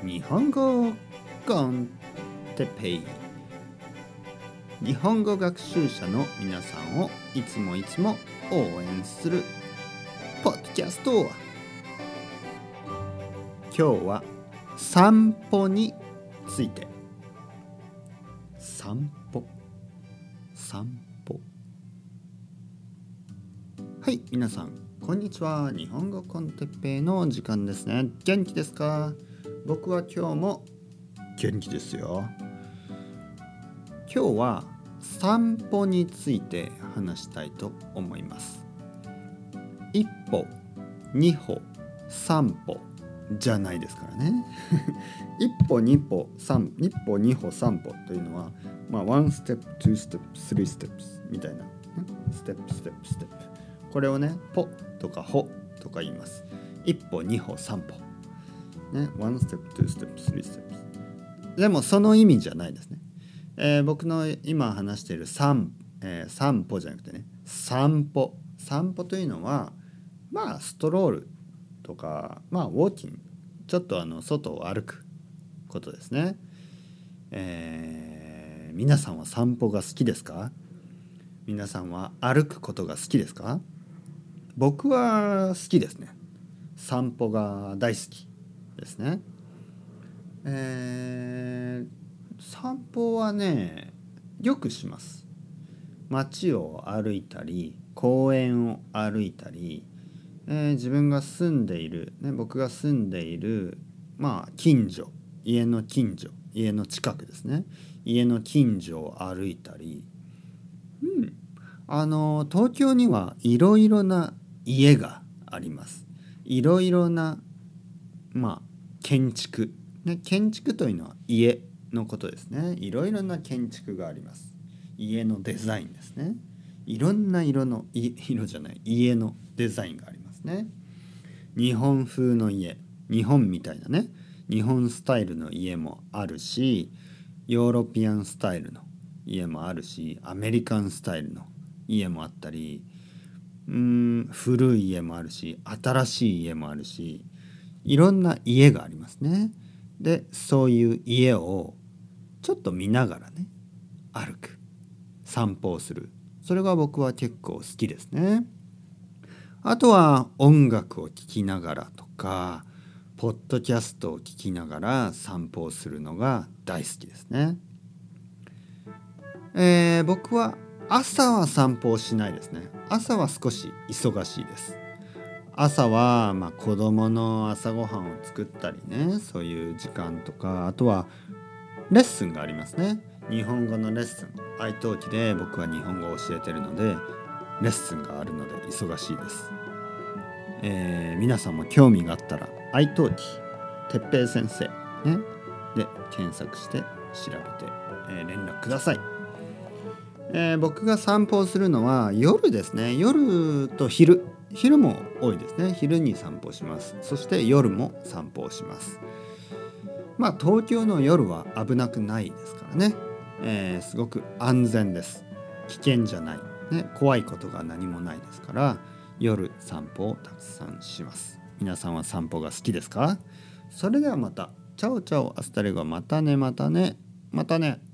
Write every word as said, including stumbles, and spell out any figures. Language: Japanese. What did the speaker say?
日本語コンテペイ。日本語学習者の皆さんをいつもいつも応援するポッドキャスト。今日は散歩について。散歩散歩はい、皆さんこんにちは。日本語コンテッペイの時間ですね。元気ですか？僕は今日も元気ですよ。今日は散歩について話したいと思います。一歩、二歩、三歩じゃないですからね。一歩、二歩、三一歩、二歩、三歩というのは、まあワンステップ、ツーステップ、スリーステップみたいな、ステップステップステップ。これをね、ポとかホとか言います。一歩、二歩、三歩。ね、ワンステップ、ツーステップ、スリーステップ。でもその意味じゃないですね。えー、僕の今話している散、えー、散歩じゃなくてね、散歩。散歩というのは、まあストロールとか、まあウォーキング、ちょっとあの外を歩くことですね。えー、皆さんは散歩が好きですか？皆さんは歩くことが好きですか？僕は好きですね。散歩が大好きですね。えー、散歩はね、よくします。街を歩いたり、公園を歩いたり、えー、自分が住んでいる、ね、僕が住んでいる、まあ近所、家の近所、家の近くですね。家の近所を歩いたり、うん、あの東京にはいろいろな家があります。いろいろな、まあ建築、ね、建築というのは家のことですね。いろいろな建築があります。家のデザインですね。いろんな色の色じゃない家のデザインがありますね。日本風の家、日本みたいなね、日本スタイルの家もあるし、ヨーロピアンスタイルの家もあるし、アメリカンスタイルの家もあったり、うーん古い家もあるし、新しい家もあるし、いろんな家がありますね。で、そういう家をちょっと見ながらね、歩く、散歩をする。それが僕は結構好きですね。あとは音楽を聴きながらとか、ポッドキャストを聞きながら散歩をするのが大好きですね。えー、僕は朝は散歩をしないですね。朝は少し忙しいです。朝はまあ子供の朝ごはんを作ったりね、そういう時間とか、あとはレッスンがありますね。日本語のレッスン、愛登記で僕は日本語を教えているので、レッスンがあるので忙しいです。えー、皆さんも興味があったら愛登記哲平先生ねで検索して調べて、えー、連絡ください。えー、僕が散歩をするのは夜ですね。夜と昼昼も多いですね。昼に散歩します。そして夜も散歩をします。まあ東京の夜は危なくないですからね、えー、すごく安全です。危険じゃない、ね、怖いことが何もないですから、夜散歩をたくさんします。皆さんは散歩が好きですか？それではまた。チャオチャオアスタレゴ。またねまたねまたね。